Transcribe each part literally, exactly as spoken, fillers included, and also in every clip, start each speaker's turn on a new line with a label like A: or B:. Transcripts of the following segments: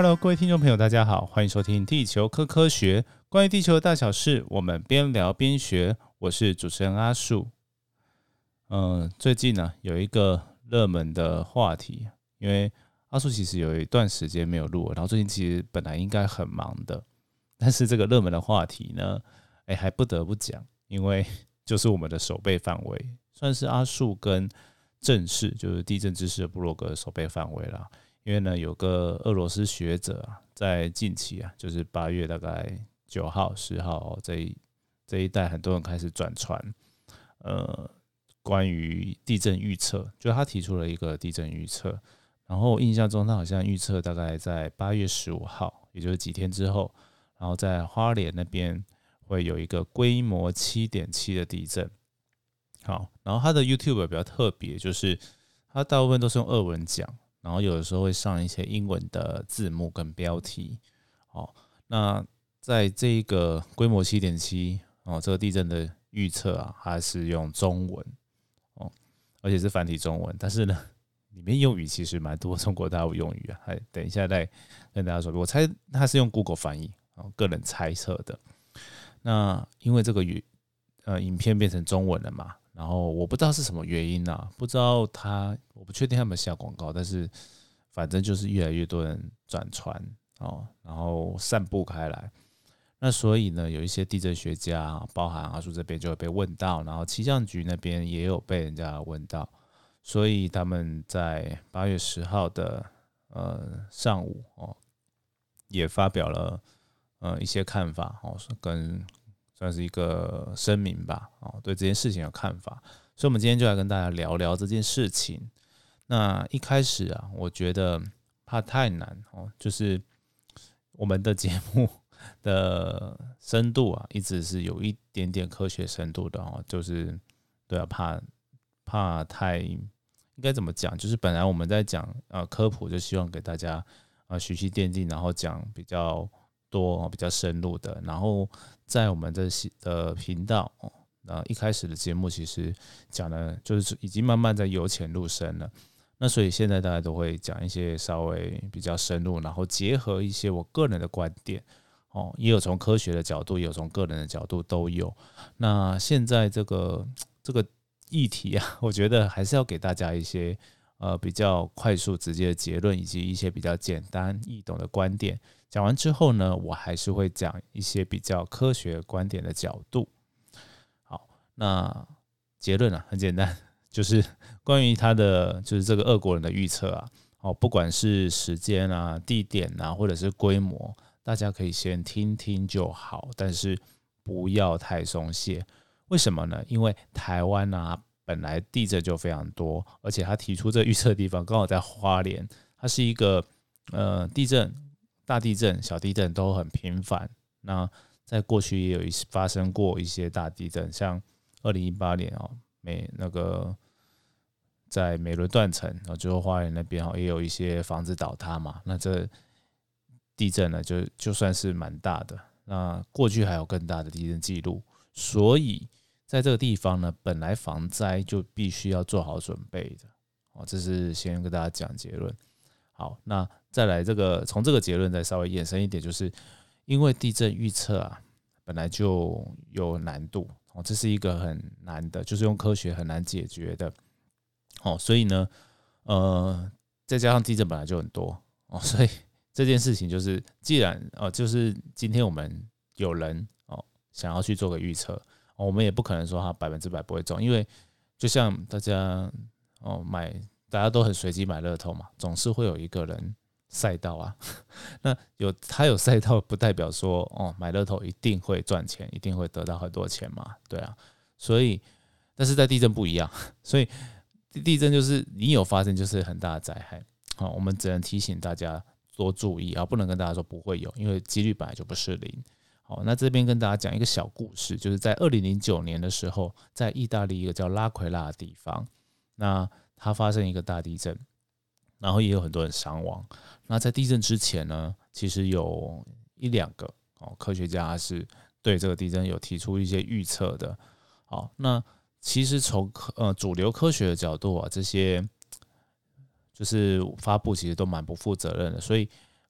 A: Hello， 各位听众朋友，大家好，欢迎收听地球科科学，关于地球的大小事，我们边聊边学。我是主持人阿树。嗯，最近呢、啊、有一个热门的话题，因为阿树其实有一段时间没有录了，然后最近其实本来应该很忙的，但是这个热门的话题呢，哎，还不得不讲，因为就是我们的守备范围，算是阿树跟正式就是地震知识的部落格的守备范围啦。因为呢，有个俄罗斯学者啊，在近期啊，就是八月大概九号、十号、哦、这一这一代，很多人开始转传，呃，关于地震预测，就他提出了一个地震预测，然后我印象中他好像预测大概在八月十五号，也就是几天之后，然后在花莲那边会有一个规模七点七的地震。好，然后他的 YouTube 比较特别，就是他大部分都是用俄文讲。然后有的时候会上一些英文的字幕跟标题，哦，那在这个规模 七点七 哦，这个地震的预测啊，它是用中文哦，而且是繁体中文，但是呢，里面用语其实蛮多中国大陆用语啊，还等一下再跟大家说，我猜它是用 Google 翻译，哦，个人猜测的。那因为这个语呃影片变成中文了嘛。然后我不知道是什么原因啊，不知道他，我不确定他们下广告，但是反正就是越来越多人转传哦，然后散布开来。那所以呢，有一些地震学家，包含阿树这边就会被问到，然后气象局那边也有被人家问到，所以他们在八月十号的呃上午哦，也发表了呃一些看法哦，跟。算是一个声明吧，哦，对这件事情的看法，所以我们今天就来跟大家聊聊这件事情。那一开始啊，我觉得怕太难哦，就是我们的节目的深度啊，一直是有一点点科学深度的哦，就是对啊，怕怕太应该怎么讲？就是本来我们在讲呃科普，就希望给大家呃学习电竞，然后讲比较多比较深入的，然后在我们的的频道哦，一开始的节目其实讲的就是已经慢慢在由浅入深了。那所以现在大家都会讲一些稍微比较深入，然后结合一些我个人的观点哦，也有从科学的角度，也有从个人的角度都有。那现在这个这个议题啊，我觉得还是要给大家一些呃比较快速直接的结论，以及一些比较简单易懂的观点。讲完之后呢，我还是会讲一些比较科学观点的角度。好，那结论啊很简单，就是关于他的就是这个俄国人的预测啊，哦，不管是时间啊、地点啊，或者是规模，大家可以先听听就好，但是不要太松懈。为什么呢？因为台湾啊本来地震就非常多，而且他提出这预测的地方刚好在花莲，它是一个呃地震。大地震、小地震都很频繁。那在过去也有发生过一些大地震，像二零一八年哦，美那个在美伦断层，然后最后花莲那边也有一些房子倒塌嘛。那这地震呢，就就算是蛮大的。那过去还有更大的地震记录，所以在这个地方呢，本来防灾就必须要做好准备的。哦，这是先跟大家讲结论。好，那再来这个从这个结论再稍微延伸一点，就是因为地震预测啊本来就有难度哦，这是一个很难的，就是用科学很难解决的哦，所以呢，呃，再加上地震本来就很多哦，所以这件事情就是，既然哦，就是今天我们有人哦想要去做个预测，哦，我们也不可能说它百分之百不会中，因为就像大家哦买。大家都很随机买乐透嘛，总是会有一个人赛到啊。那有他有赛到，不代表说哦买乐透一定会赚钱，一定会得到很多钱嘛，对啊。所以，但是在地震不一样，所以地震就是你有发生就是很大的灾害。好，我们只能提醒大家多注意啊，不能跟大家说不会有，因为几率本来就不是零。好，那这边跟大家讲一个小故事，就是在二零零九年的时候，在意大利一个叫拉奎拉的地方，那它发生一个大地震，然后也有很多人伤亡。那在地震之前呢，其实有一两个、哦、科学家是对这个地震有提出一些预测的。好，那其实从、呃、主流科学的角度啊，这些就是发布其实都蛮不负责任的。所以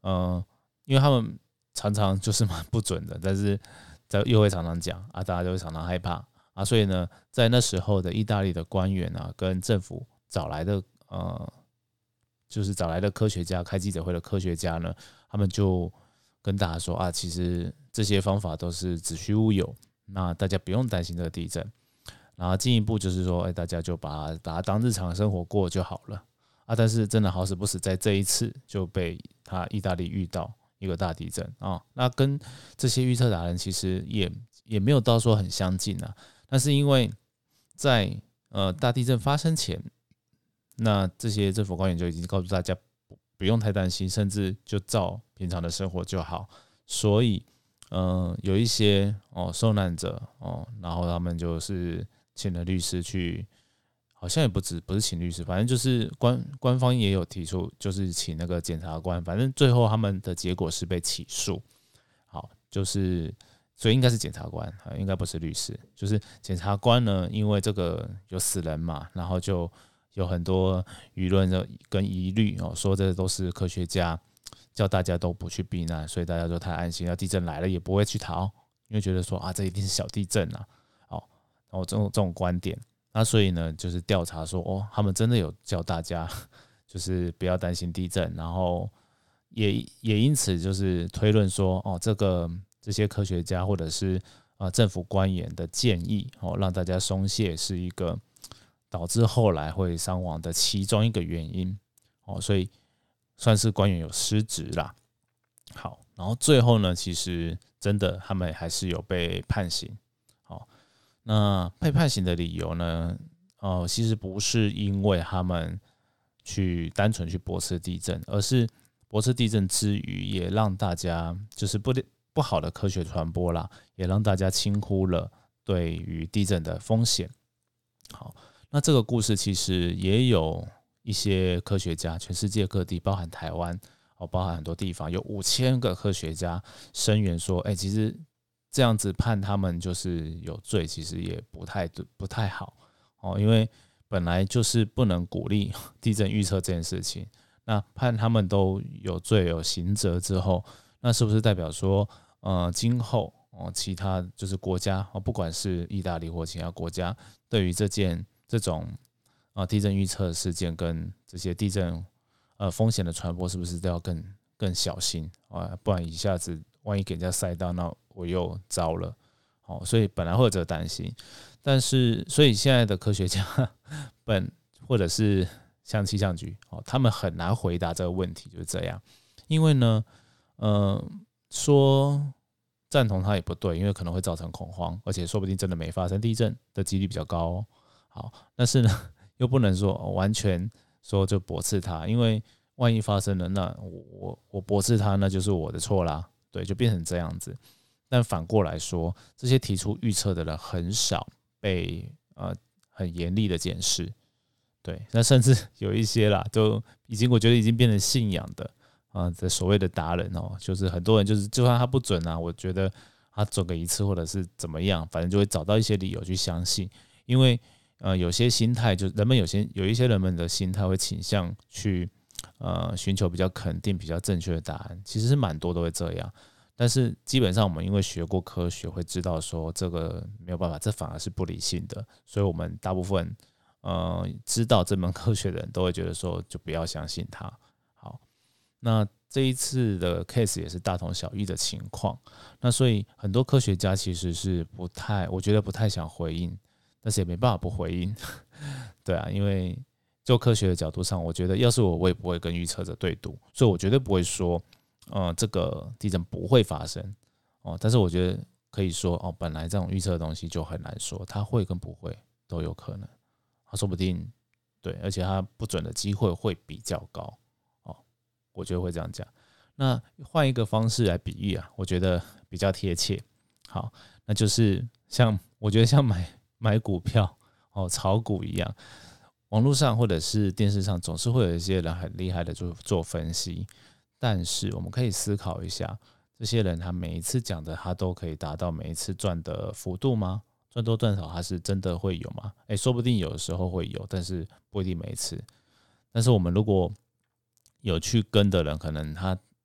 A: 呃，因为他们常常就是蛮不准的，但是又会常常讲啊，大家就会常常害怕啊，所以呢，在那时候的意大利的官员啊，跟政府找来的呃，就是找来的科学家，开记者会的科学家呢，他们就跟大家说啊，其实这些方法都是子虚乌有，那大家不用担心这个地震。然后进一步就是说，哎，大家就把它把它当日常生活过就好了啊。但是真的好死不死，在这一次就被他意大利遇到一个大地震啊。那跟这些预测达人其实也也没有到说很相近啊。但是因为在呃大地震发生前，那这些政府官员就已经告诉大家不用太担心，甚至就照平常的生活就好。所以呃有一些哦受难者哦，然后他们就是请了律师去，好像也不止不是请律师，反正就是官官方也有提出，就是请那个检察官，反正最后他们的结果是被起诉。好，就是所以应该是检察官，应该不是律师。就是检察官呢，因为这个有死人嘛，然后就有很多舆论跟疑虑哦，说这都是科学家叫大家都不去避难，所以大家都太安心，要地震来了也不会去逃，因为觉得说啊，这一定是小地震啊。然后这种这种观点，那所以呢，就是调查说，哦，他们真的有叫大家就是不要担心地震，然后也也因此就是推论说，哦，这个这些科学家或者是呃政府官员的建议，哦，让大家松懈，是一个导致后来会伤亡的其中一个原因，哦，所以算是官员有失职啦。好，然后最后呢，其实真的他们还是有被判刑，好。那被判刑的理由呢？呃，其实不是因为他们去单纯去驳斥地震，而是驳斥地震之余，也让大家就是不不好的科学传播啦，也让大家轻忽了对于地震的风险。好，那这个故事其实也有一些科学家，全世界各地，包含台湾，哦，包含很多地方，有五千个科学家声援说，哎、欸，其实。这样子判他们就是有罪，其实也不太不太好哦，因为本来就是不能鼓励地震预测这件事情。那判他们都有罪有刑责之后，那是不是代表说，呃，今后哦，其他就是国家哦，不管是意大利或其他国家，对于这件这种啊地震预测事件跟这些地震呃风险的传播，是不是都要更更小心啊？不然一下子万一给人家塞到，那我又糟了，哦，所以本来会有这个担心，但是所以现在的科学家本或者是像气象局，哦，他们很难回答这个问题，就是这样。因为呢，呃，说赞同他也不对，因为可能会造成恐慌，而且说不定真的没发生地震的几率比较高哦。好，但是呢，又不能说完全说就驳斥他，因为万一发生了，那我我我驳斥他，那就是我的错啦，对，就变成这样子。但反过来说，这些提出预测的人很少被呃很严厉的检视，对，那甚至有一些啦，就已经我觉得已经变成信仰的啊，这、呃、所谓的达人哦，就是很多人就是就算他不准啊，我觉得他准个一次或者是怎么样，反正就会找到一些理由去相信，因为呃有些心态就人们有些有一些人们的心态会倾向去呃寻求比较肯定、比较正确的答案，其实是蛮多都会这样。但是基本上我们因为学过科学，会知道说这个没有办法，这反而是不理性的，所以我们大部分呃知道这门科学的人都会觉得说就不要相信它。好，那这一次的 case 也是大同小异的情况，那所以很多科学家其实是不太，我觉得不太想回应，但是也没办法不回应，对啊，因为就科学的角度上，我觉得要是我，我也不会跟预测者对赌，所以我绝对不会说。呃，这个地震不会发生哦，但是我觉得可以说哦，本来这种预测的东西就很难说，它会跟不会都有可能，它说不定对，而且它不准的机会会比较高哦，我觉得会这样讲。那换一个方式来比喻啊，我觉得比较贴切。好，那就是像我觉得像买买股票哦，炒股一样，网络上或者是电视上总是会有一些人很厉害的做做分析。但是我们可以思考一下，这些人他每一次讲的，他都可以达到每一次赚的幅度吗？赚多赚少，他是真的会有吗？哎，说不定有的时候会有，但是不一定每一次。但是我们如果有去跟的人，可能他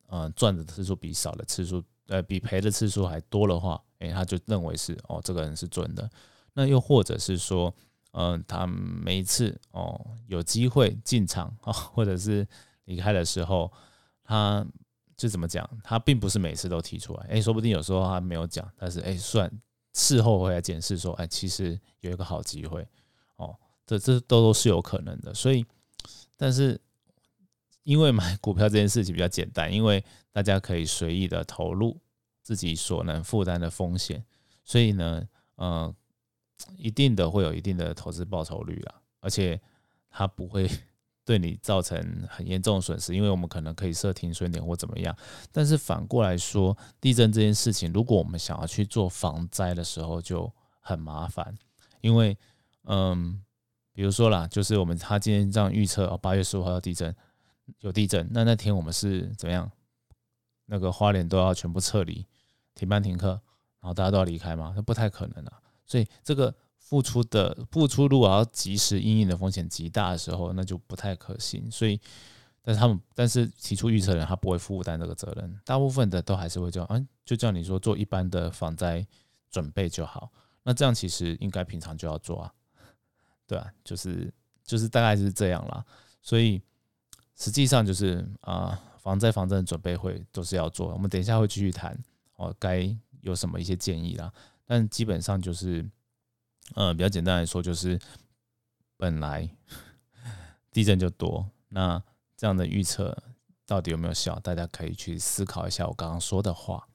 A: 呃赚的次数比少的次数，呃比赔的次数还多的话，哎、欸，他就认为是哦这个人是准的。那又或者是说，嗯、呃，他每一次哦有机会进场哦，或者是离开的时候，他就怎么讲？他并不是每次都提出来，哎、欸，说不定有时候他没有讲，但是哎、欸，算事后回来检视说，哎、欸，其实有一个好机会哦，这这都都是有可能的。所以，但是因为买股票这件事情比较简单，因为大家可以随意的投入自己所能负担的风险，所以呢，呃，一定的会有一定的投资报酬率啦，而且它不会对你造成很严重的损失，因为我们可能可以设停损点或怎么样。但是反过来说，地震这件事情，如果我们想要去做防灾的时候，就很麻烦，因为嗯，比如说啦，就是我们他今天这样预测哦，八月十五号要地震。有地震，那那天我们是怎么样？那个花莲都要全部撤离，停班停课，然后大家都要离开吗？那不太可能啊。所以这个付出的付出如果要及时因应的风险极大的时候，那就不太可行。所以，但是他们但是提出预测的人他不会负担这个责任，大部分的都还是会叫，嗯、啊，就叫你说做一般的防灾准备就好。那这样其实应该平常就要做啊，对啊，就是就是大概是这样啦。所以。实际上就是啊、呃，防灾防震的准备会都是要做，我们等一下会继续谈哦，该有什么一些建议啦。但基本上就是，呃，比较简单来说，就是本来地震就多，那这样的预测到底有没有效？大家可以去思考一下我刚刚说的话。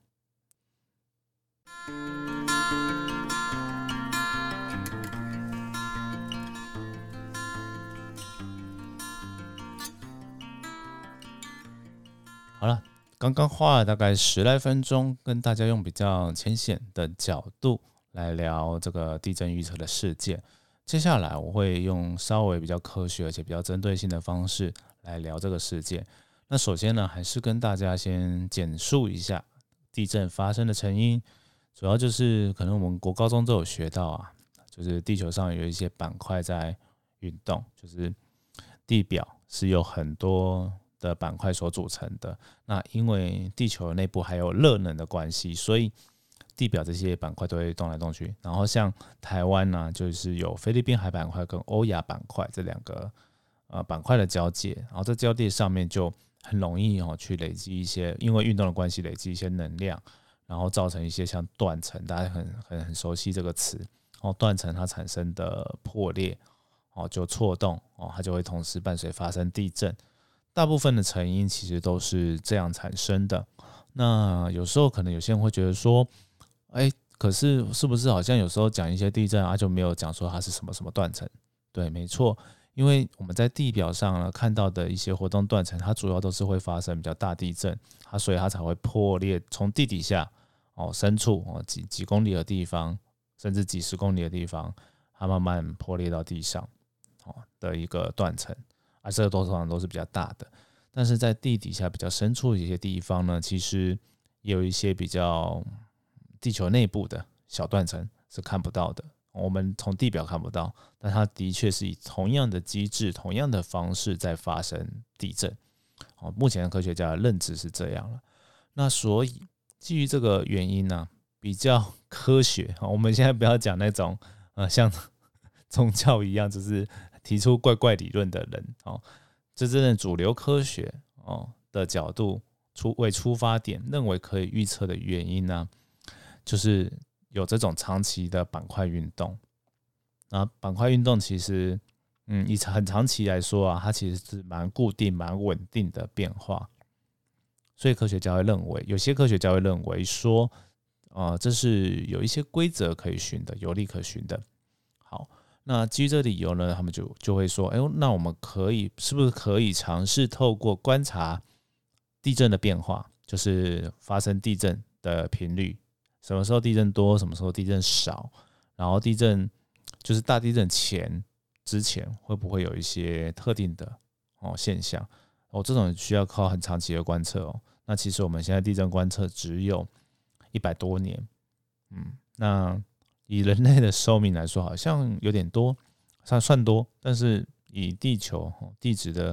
A: 好了，刚刚花了大概十来分钟，跟大家用比较浅显的角度来聊这个地震预测的事件。接下来我会用稍微比较科学而且比较针对性的方式来聊这个事件。那首先呢，还是跟大家先简述一下地震发生的成因，主要就是可能我们国高中都有学到啊，就是地球上有一些板块在运动，就是地表是有很多的板块所组成的。那因为地球内部还有热能的关系，所以地表这些板块都会动来动去。然后像台湾呢、啊，就是有菲律宾海板块跟欧亚板块这两个呃板块的交界，然后在交界上面就很容易哦去累积一些，因为运动的关系累积一些能量，然后造成一些像断层，大家很很很熟悉这个词。哦，断层它产生的破裂，哦就错动，哦它就会同时伴随发生地震。大部分的成因其实都是这样产生的。那有时候可能有些人会觉得说，哎，可是是不是好像有时候讲一些地震啊，就没有讲说它是什么什么断层？对，没错，因为我们在地表上呢看到的一些活动断层，它主要都是会发生比较大地震，它所以它才会破裂，从地底下哦深处哦几几公里的地方，甚至几十公里的地方，它慢慢破裂到地上哦的一个断层。啊，这个通常都是比较大的，但是在地底下比较深处的一些地方呢，其实也有一些比较地球内部的小断层是看不到的，我们从地表看不到，但它的确是以同样的机制、同样的方式在发生地震。哦，目前的科学家的认知是这样了。那所以基于这个原因呢、啊，比较科学，我们现在不要讲那种呃像宗教一样，就是提出怪怪理论的人哦，这真的主流科学哦的角度出为出发点，认为可以预测的原因呢、啊，就是有这种长期的板块运动。那板块运动其实，嗯，以很长期来说啊，它其实是蛮固定、蛮稳定的变化。所以科学家会认为，有些科学家会认为说，呃，这是有一些规则可以循的，有理可循的。好。那基于这个理由呢，他们就就会说，哎呦，那我们可以是不是可以尝试透过观察地震的变化，就是发生地震的频率，什么时候地震多，什么时候地震少，然后地震就是大地震前之前会不会有一些特定的哦现象哦，这种需要靠很长期的观测哦。那其实我们现在地震观测只有一百多年，嗯，那。以人类的寿命来说，好像有点多，算算多，但是以地球地质的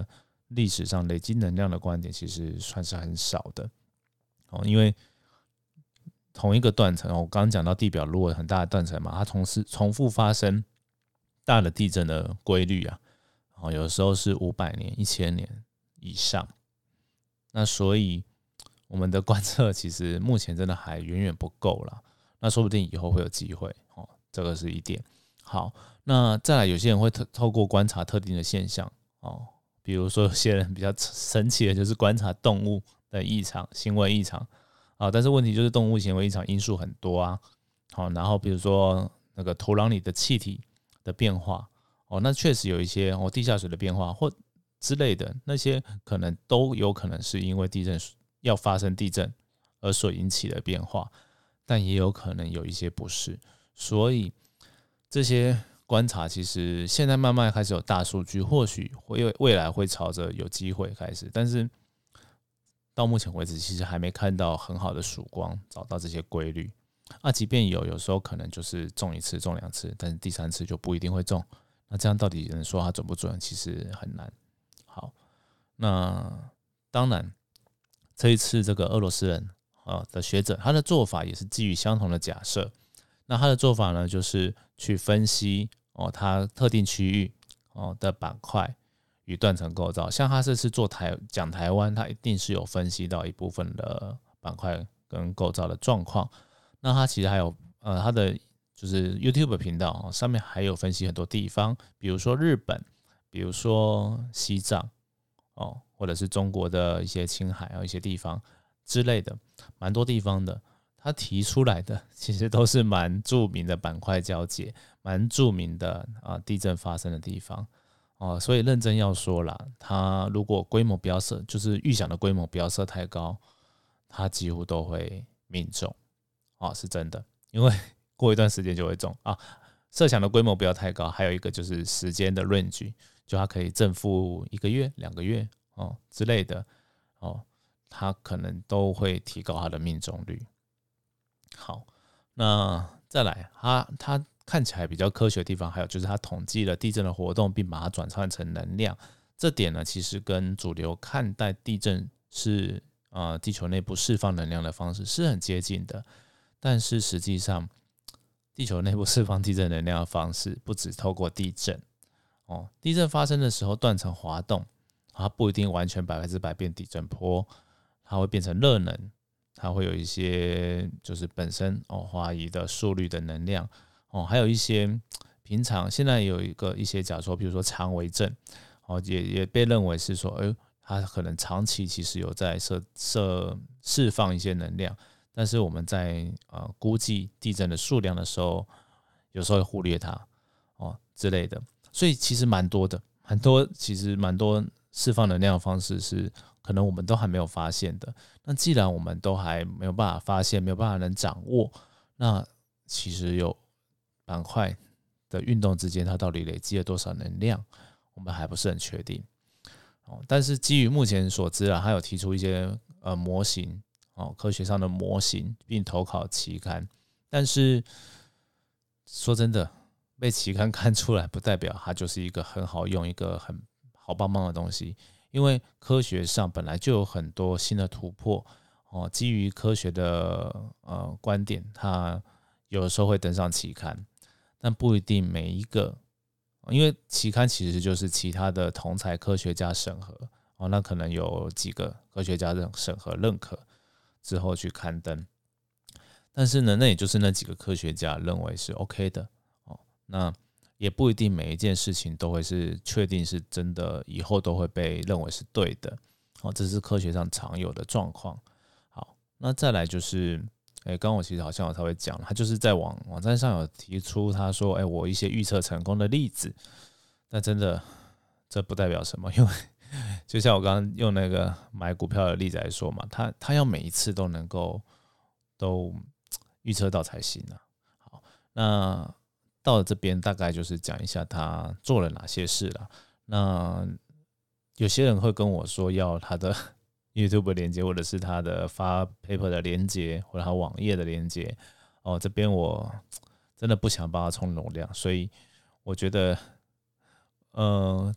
A: 历史上累积能量的观点其实算是很少的。哦，因为同一个断层，我刚刚讲到地表如果很大的断层嘛，它同时重复发生大的地震的规律啊，哦，有的时候是五百年、一千年以上。那所以我们的观测其实目前真的还远远不够啦，那说不定以后会有机会，哦，这个是一点。好，那再来有些人会透过观察特定的现象，哦，比如说有些人比较神奇的就是观察动物的异常、行为异常啊，但是问题就是动物行为异常因素很多啊，好，然后比如说那个土壤里的气体的变化，哦，那确实有一些哦地下水的变化或之类的，那些可能都有可能是因为地震要发生地震而所引起的变化，但也有可能有一些不是，所以这些观察其实现在慢慢开始有大数据，或许会未来会朝着有机会开始，但是到目前为止其实还没看到很好的曙光找到这些规律啊，即便有，有时候可能就是中一次中两次，但是第三次就不一定会中，那这样到底能说它准不准其实很难。好，那当然这一次这个俄罗斯人的学者他的做法也是基于相同的假设，那他的做法呢就是去分析哦，它特定区域哦的板块与断层构造，像他这次做台讲台湾，他一定是有分析到一部分的板块跟构造的状况。那他其实还有呃他的就是 YouTube 频道、哦、上面还有分析很多地方，比如说日本，比如说西藏哦，或者是中国的一些青海啊一些地方之类的，蛮多地方的。他提出来的其实都是蛮著名的板块交界，蛮著名的啊地震发生的地方。哦，所以认真要说啦，它如果规模不要设，就是预想的规模不要设太高，它几乎都会命中，哦，是真的，因为过一段时间就会中啊。设想的规模不要太高，还有一个就是时间的 range， 就它可以正负一个月、两个月哦之类的，哦，它可能都会提高它的命中率。好，那再来，它它。看起来比较科学的地方，还有就是它统计了地震的活动，并把它转换成能量。这点呢，其实跟主流看待地震是呃地球内部释放能量的方式是很接近的。但是实际上，地球内部释放地震能量的方式不只透过地震哦，地震发生的时候断层滑动，它不一定完全百分之百变地震波，它会变成热能，它会有一些就是本身哦滑移的速率的能量。哦，还有一些平常现在有一个一些假说，比如说长维震，哦，也也被认为是说，哎，它可能长期其实有在释释释放一些能量，但是我们在呃估计地震的数量的时候，有时候会忽略它哦之类的，所以其实蛮多的，蛮多其实蛮多释放能量的方式是可能我们都还没有发现的。那既然我们都还没有办法发现，没有办法能掌握，那其实有板块的运动之间，它到底累积了多少能量，我们还不是很确定。哦，但是基于目前所知啊，还有提出一些呃模型哦，科学上的模型，并投稿期刊。但是说真的，被期刊看出来，不代表它就是一个很好用、一个很好棒棒的东西。因为科学上本来就有很多新的突破哦，基于科学的呃观点，它有的时候会登上期刊。但不一定每一个，因为期刊其实就是其他的同侪科学家审核哦，那可能有几个科学家审核认可之后去刊登，但是呢，那也就是那几个科学家认为是 OK 的哦，那也不一定每一件事情都会是确定是真的，以后都会被认为是对的哦，这是科学上常有的状况。好，那再来就是。哎，刚刚我其实好像有稍微讲了，他就是在网网站上有提出，他说：“哎，我一些预测成功的例子。”但真的，这不代表什么，因为就像我刚刚用那个买股票的例子来说嘛，他他要每一次都能够都预测到才行啊。好，那到了这边大概就是讲一下他做了哪些事了。那有些人会跟我说要他的。YouTube 连接，或者是他的发 paper 的连接，或者他网页的连接，哦，这边我真的不想帮他充流量，所以我觉得，呃，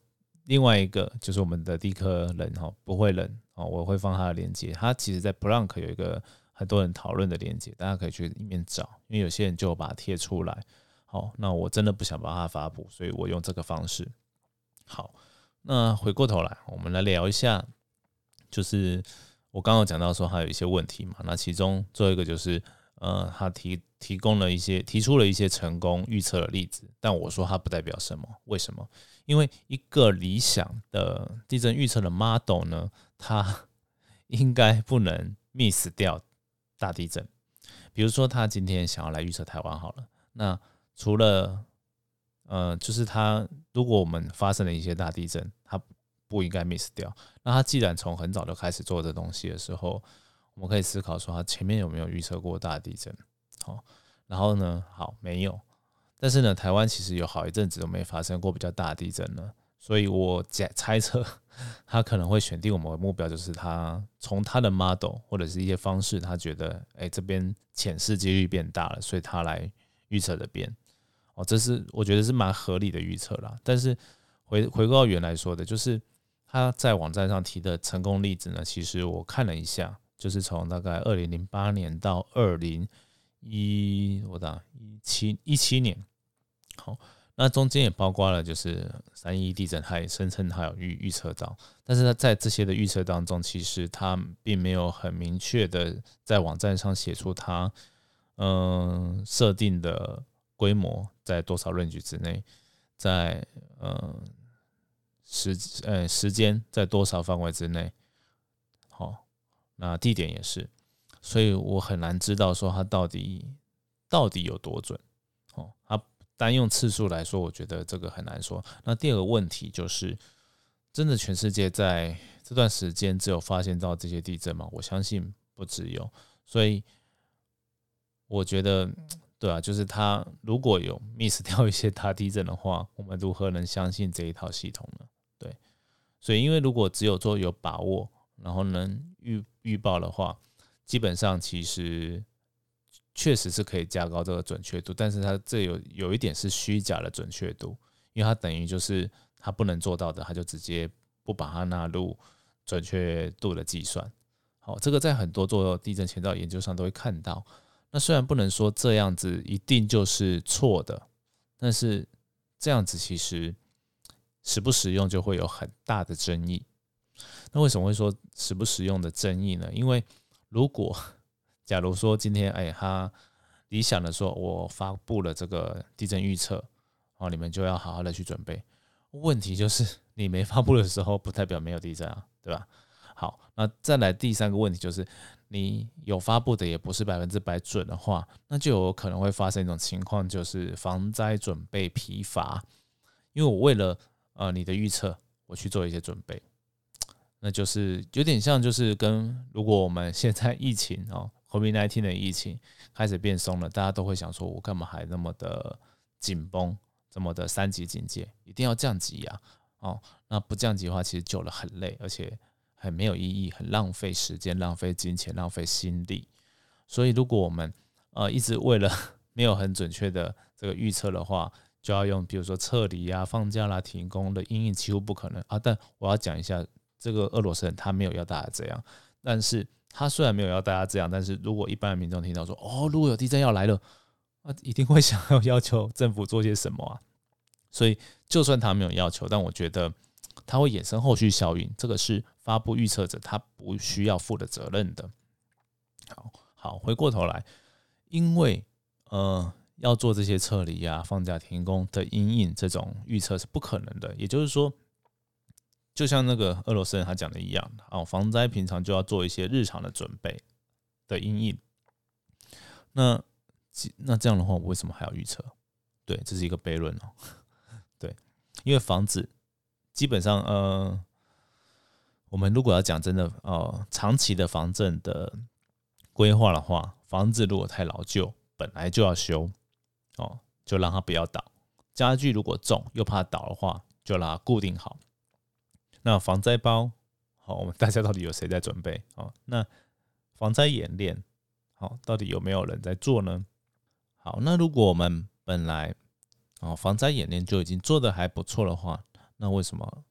A: 另外一个就是我们的地科人哈，不会人哦，我会放他的链接。他其实在 Blank 有一个很多人讨论的链接，大家可以去里面找，因为有些人就把它贴出来。好，那我真的不想把它发布，所以我用这个方式。好，那回过头来，我们来聊一下，就是我刚刚讲到说他有一些问题嘛，那其中最后一个就是，呃，他提提供了一些提出了一些成功预测的例子，但我说它不代表什么，为什么？因为一个理想的地震预测的 model 呢，它应该不能 miss 掉大地震。比如说，他今天想要来预测台湾好了，那除了呃，就是他如果我们发生了一些大地震，他不应该 miss 掉。那他既然从很早就开始做这东西的时候，我们可以思考说，他前面有没有预测过大地震？好，然后呢，好，没有。但是呢，台湾其实有好一阵子都没发生过比较大的地震了，所以我猜测他可能会选定我们的目标，就是他从他的 model 或者是一些方式，他觉得哎、欸、这边潜势几率变大了，所以他来预测这边。哦，这是我觉得是蛮合理的预测啦。但是回回归到原来说的，就是他在网站上提的成功例子呢，其实我看了一下，就是从大概二零零八年到二零一我打一七一七年。好，那中间也包括了就是三一地震，他也声称他有预预测到，但是他在这些的预测当中，其实他并没有很明确的在网站上写出他嗯设定的规模在多少 range 之内，在呃时呃时间在多少范围之内，好，那地点也是，所以我很难知道说他到底到底有多准，哦，他。单用次数来说，我觉得这个很难说。那第二个问题就是，真的全世界在这段时间只有发现到这些地震吗？我相信不只有。所以我觉得，对啊，就是他如果有 miss 掉一些大地震的话，我们如何能相信这一套系统呢？对，所以因为如果只有做有把握，然后能预预报的话，基本上其实。确实是可以加高这个准确度，但是它这有有一点是虚假的准确度，因为它等于就是它不能做到的，它就直接不把它纳入准确度的计算。好，这个在很多做地震前兆研究上都会看到。那虽然不能说这样子一定就是错的，但是这样子其实实不实用就会有很大的争议。那为什么会说实不实用的争议呢？因为如果假如说今天，哎，他理想的说，我发布了这个地震预测，哦，你们就要好好的去准备。问题就是你没发布的时候，不代表没有地震啊，对吧？好，那再来第三个问题就是，你有发布的也不是百分之百准的话，那就有可能会发生一种情况，就是防灾准备疲乏。因为我为了呃你的预测，我去做一些准备，那就是有点像，就是跟如果我们现在疫情哦。COVID 十九 的疫情开始变松了，大家都会想说，我干嘛还那么的紧绷，这么的三级警戒，一定要降级啊！哦，那不降级的话，其实久了很累，而且很没有意义，很浪费时间、浪费金钱、浪费心力。所以，如果我们呃一直为了没有很准确的这个预测的话，就要用比如说撤离啊、放假啦、停工的因应，几乎不可能啊。但我要讲一下，这个俄罗斯人他没有要大家这样，但是。他虽然没有要大家这样，但是如果一般的民众听到说，哦，如果有地震要来了，啊，一定会想要要求政府做些什么啊。所以，就算他没有要求，但我觉得他会衍生后续效应，这个是发布预测者他不需要负的责任的。好，好，回过头来，因为呃要做这些撤离啊、放假停工的因应，这种预测是不可能的。也就是说。就像那个俄罗斯人他讲的一样，哦，防灾平常就要做一些日常的准备的因应。那那这样的话，我为什么还要预测？对，这是一个悖论哦。对，因为房子基本上，呃，我们如果要讲真的，呃，长期的防震的规划的话，房子如果太老旧，本来就要修，哦，就让它不要倒。家具如果重又怕倒的话，就让它固定好。那防灾包，好，我们大家到底有谁在准备？好，那防灾演练，好，到底有没有人在做呢？好，那如果我们本来哦防灾演练就已经做得还不错的话，那为什么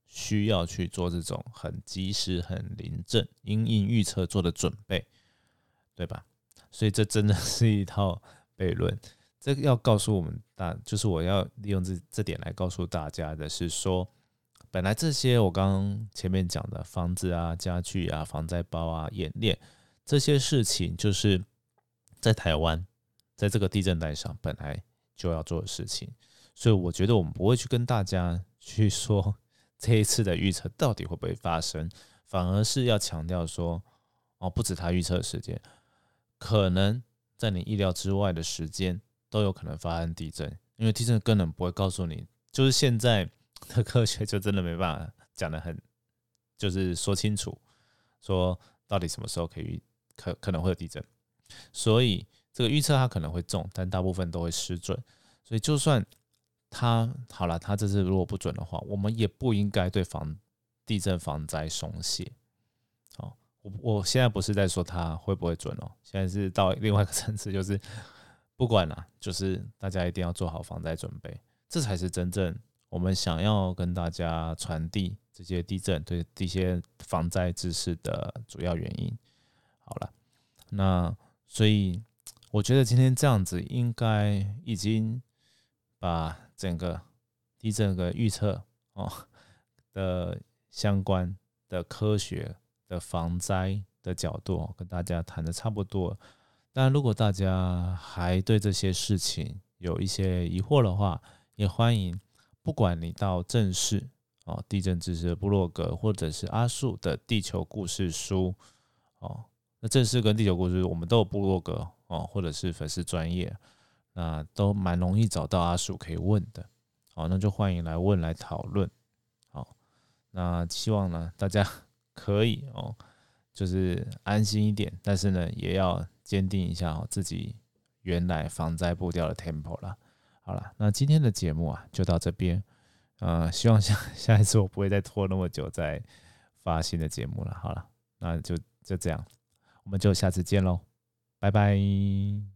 A: 需要去做这种很及时、很临阵、因应预测做的准备，对吧？所以这真的是一套悖论。这个要告诉我们大，就是我要利用 这, 这点来告诉大家的是说，本来这些我刚刚前面讲的房子啊、家具啊、防灾包啊、演练这些事情，就是在台湾，在这个地震带上本来就要做的事情。所以我觉得我们不会去跟大家去说这一次的预测到底会不会发生，反而是要强调说，哦，不止他预测的时间，可能在你意料之外的时间都有可能发生地震，因为地震根本不会告诉你，就是现在的科学就真的没办法讲得很，就是说清楚，说到底什么时候可以 可, 可能会有地震，所以这个预测它可能会中，但大部分都会失准，所以就算他好了，他这次如果不准的话，我们也不应该对防地震防灾松懈。哦，我我现在不是在说他会不会准哦，现在是到另外一个层次，就是不管啦，就是大家一定要做好防灾准备，这才是真正我们想要跟大家传递这些地震对这些防灾知识的主要原因。好了，那所以我觉得今天这样子应该已经把整个地震的预测、哦、的相关的科学的防灾的角度、哦、跟大家谈的差不多了。当然如果大家还对这些事情有一些疑惑的话，也欢迎不管你到正式、哦、地震知识的部落格，或者是阿树的地球故事书、哦、那正式跟地球故事我们都有部落格、哦、或者是粉丝专页，那都蛮容易找到阿树可以问的。好，那就欢迎来问来讨论。好，那希望呢大家可以哦，就是安心一点，但是呢也要坚定一下、哦、自己原来防灾步调的 tempo 啦。好了，那今天的节目啊就到这边，呃，希望 下, 下一次我不会再拖那么久再发新的节目了。好了，那就就这样，我们就下次见喽，拜拜。